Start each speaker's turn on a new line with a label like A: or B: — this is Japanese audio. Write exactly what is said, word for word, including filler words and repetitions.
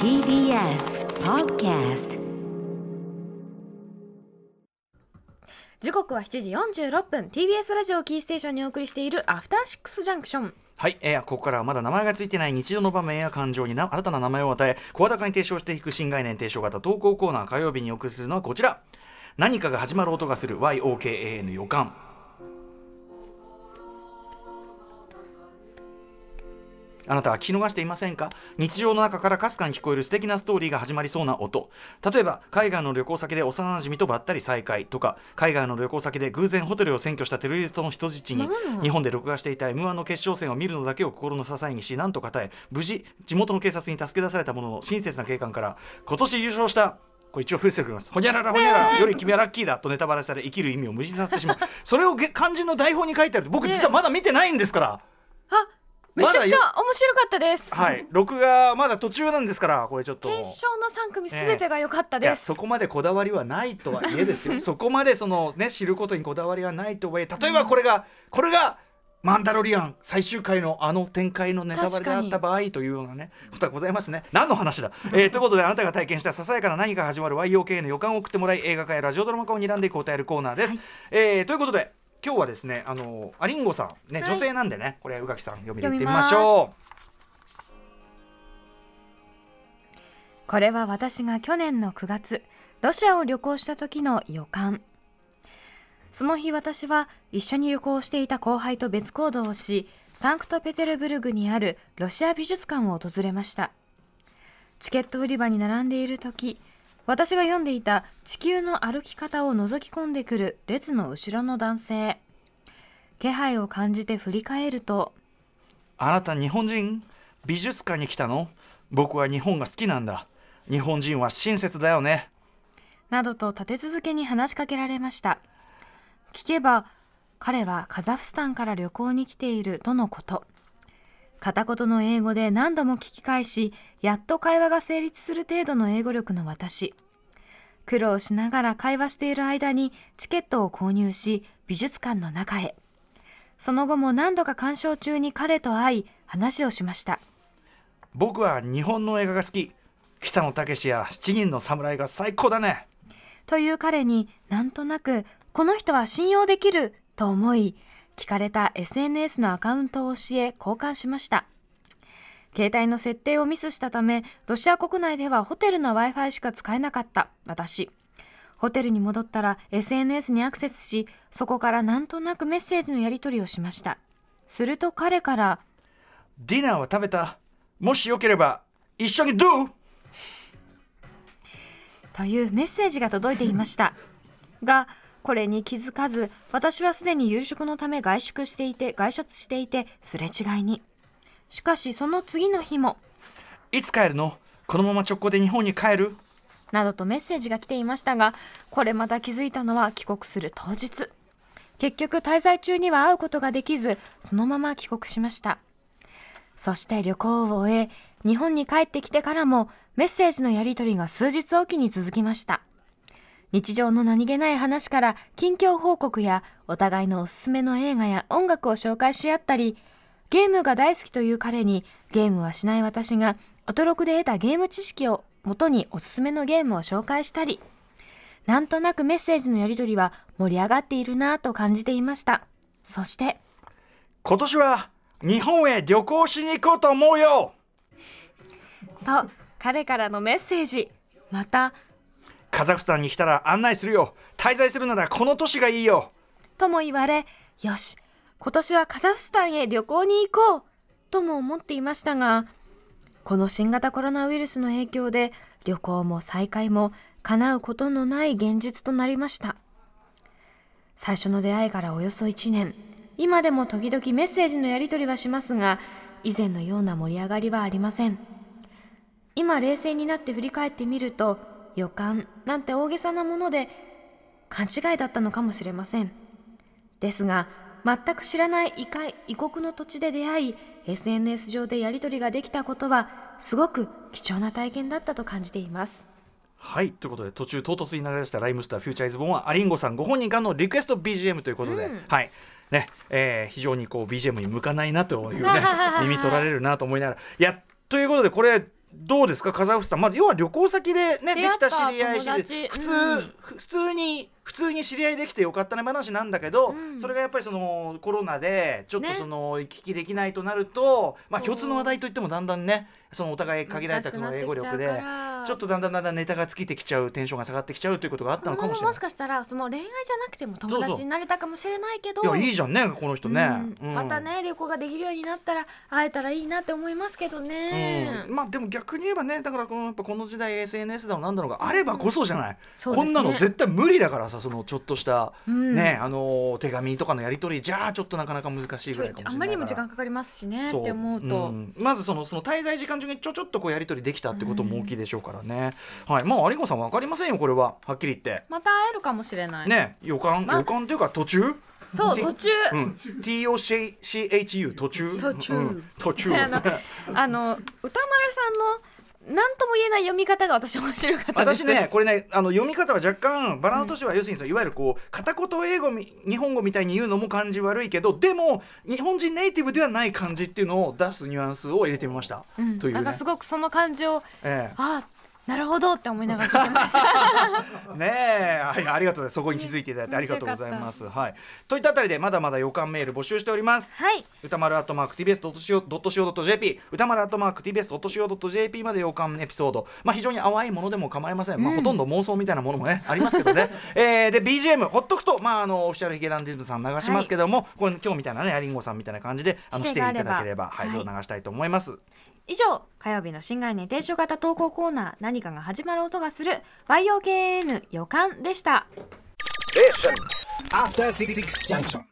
A: ティービーエス Podcast。時刻はしちじよんじゅうろっぷん、 ティービーエス ラジオキーステーションにお送りしているアフターシックスジャンクション。
B: はい、えー、ここからはまだ名前がついてない日常の場面や感情にな新たな名前を与え声高に提唱していく新概念提唱型投稿コーナー。火曜日にお送りするのはこちら、何かが始まる音がする ワイオーケーエーエヌ 予感。あなたは聞き逃していませんか？日常の中からかすかに聞こえる素敵なストーリーが始まりそうな音。例えば海外の旅行先で幼馴染とばったり再会とか、海外の旅行先で偶然ホテルを占拠したテロリストの人質に日本で録画していた エムワン の決勝戦を見るのだけを心の支えにし、なんとか耐え無事地元の警察に助け出されたものの、親切な警官から今年優勝したこれ一応フルセルフます。ほにゃららほにゃららより君はラッキーだとネタバレされ、生きる意味を無事になってしまう。それを漢字の台本に書いてある。僕実はまだ見てないんですから。
A: あ、めちゃくちゃ面白かったです。
B: はい、録画まだ途中なんですから、これちょっと
A: 検証のさん組すべてが良かったです、
B: えー、いやそこまでこだわりはないとはいえですよそこまでその、ね、知ることにこだわりはないとはいえ、例えばこれが、うん、これがマンダロリアン最終回のあの展開のネタバレであった場合というようなねことはございますね。何の話だ、えー、ということで、あなたが体験したささやかな何か始まる ワイオーケー の予感を送ってもらい、映画化やラジオドラマ化を睨んで答えるコーナーです、はい。えー、ということで今日はですね、あのアリンゴさん、ね、女性なんでね、はい、これ宇垣さん読みで言ってみましょう。
A: これは私が去年のくがつロシアを旅行した時の予感。その日私は一緒に旅行していた後輩と別行動をし、サンクトペテルブルグにあるロシア美術館を訪れました。チケット売り場に並んでいる時、私が読んでいた地球の歩き方を覗き込んでくる列の後ろの男性、気配を感じて振り返ると、
B: あなた日本人？美術館に来たの？僕は日本が好きなんだ。日本人は親切だよね。
A: などと立て続けに話しかけられました。聞けば彼はカザフスタンから旅行に来ているとのこと。片言の英語で何度も聞き返し、やっと会話が成立する程度の英語力の私。苦労しながら会話している間にチケットを購入し、美術館の中へ。その後も何度か鑑賞中に彼と会い話をしました。
B: 僕は日本の映画が好き。北野武や七人の侍が最高だね。
A: という彼になんとなくこの人は信用できると思い、聞かれた エスエヌエス のアカウントを教え交換しました。携帯の設定をミスしたため、ロシア国内ではホテルの Wi-Fi しか使えなかった私。ホテルに戻ったら エスエヌエス にアクセスし、そこからなんとなくメッセージのやり取りをしました。すると彼から、
B: ディナーは食べた？もしよければ一緒に Do？
A: というメッセージが届いていましたが、これに気づかず私はすでに夕食のため外出していて外出していてすれ違いに。しかしその次の日も、
B: いつ帰るの？このまま直行で日本に帰る？
A: などとメッセージが来ていましたが、これまた気づいたのは帰国する当日。結局滞在中には会うことができず、そのまま帰国しました。そして旅行を終え日本に帰ってきてからもメッセージのやり取りが数日おきに続きました。日常の何気ない話から近況報告やお互いのおすすめの映画や音楽を紹介し合ったり、ゲームが大好きという彼にゲームはしない私がおとろくで得たゲーム知識をもとにおすすめのゲームを紹介したり、なんとなくメッセージのやり取りは盛り上がっているなぁと感じていました。そして
B: 今年は日本へ旅行しに行こうと思うよ
A: と彼からのメッセージ。また、
B: カザフスタンに来たら案内するよ。滞在するならこの都市がいいよ
A: とも言われ、よし今年はカザフスタンへ旅行に行こうとも思っていましたが、この新型コロナウイルスの影響で旅行も再会も叶うことのない現実となりました。最初の出会いからおよそいちねん、今でも時々メッセージのやり取りはしますが、以前のような盛り上がりはありません。今冷静になって振り返ってみると、予感なんて大げさなもので勘違いだったのかもしれません。ですが全く知らない異界異国の土地で出会い エスエヌエス 上でやり取りができたことはすごく貴重な体験だったと感じています。
B: はい、ということで途中唐突に流れ出したライムスターフューチャーイズボーンはアリンゴさんご本人からのリクエスト ビージーエム ということで、うん、はいねえー、非常にこう ビージーエム に向かないなというね耳取られるなと思いながら、いやということでこれどうですかカザフスタン、まあ、要は旅行先でねできた知り合い
A: 友達
B: 普通、
A: うん、
B: 普通に普通に知り合いできてよかったね話なんだけど、
A: うん、
B: それがやっぱりそのコロナでちょっと
A: ね
B: その行き来できないとなると、まあ、共通の話題といってもだんだんねそのお互い限られたその英語力でちょっとだんだんだんだんネタが尽きてきちゃうテンションが下がってきちゃうということがあったのかもしれない。
A: もしかしたらその恋愛じゃなくても友達になれたかもしれないけど、
B: そうそういやいいじゃんねこの人ね、
A: うん
B: うん、
A: またね旅行ができるようになったら会えたらいいなって思いますけどね、
B: うん、まあでも逆に言えばねだからこのやっぱこの時代 エスエヌエス だろうなんだろうがあればこそじゃない、
A: うん
B: こんなの絶対無理だからさそのちょっとした、
A: うん
B: ねあの手紙とかのやり取りじゃあちょっとなかなか難しいぐらいかもしれないから
A: あんまりにも時間かかりますしねって思うと、
B: うん、まずそのその滞在時間中にちょちょっとこうやり取りできたってことも大きいでしょうからね、うん、はいまあ有子さん分かりませんよこれははっきり言って
A: また会えるかもしれない
B: ね予感、ま、予感っていうか途中
A: そう途中、
B: うん、ティーオーシーエイチユー 途中
A: 途中、うん、
B: 途中
A: あのあの歌丸さんのなんとも言えない読み方が私面白かったです。
B: 私ねこれねあの読み方は若干バランスとしては、うん、要するにさいわゆるこう片言英語日本語みたいに言うのも感じ悪いけどでも日本人ネイティブではない感じっていうのを出すニュアンスを入れてみました、
A: うん、
B: というね
A: なんかすごくその感じを、
B: ええ、
A: あなるほどって思いながら聞いてました
B: ねえ、はい、ありがとうですそこに気づいていただいてありがとうございます、はい、といったあたりでまだまだ予感メール募集しております、
A: はい、
B: 歌丸アットマーク ティービーエスドットシーオードットジェーピー 歌丸アットマーク ティービーエスドットシーオードットジェーピー まで予感エピソード、まあ、非常に淡いものでも構いません、まあ、ほとんど妄想みたいなものもねありますけどね、えー、で ビージーエム ほっとくと、まあ、あのオフィシャルヒゲダンディズムさん流しますけども、はい、これ今日みたいなねアリンゴさんみたいな感じであのしていただければ、はい、それを流したいと思います。
A: 以上火曜日の新概念提唱型投稿コーナー何かが始まる音がする ワイオーケーエヌ 予感でした。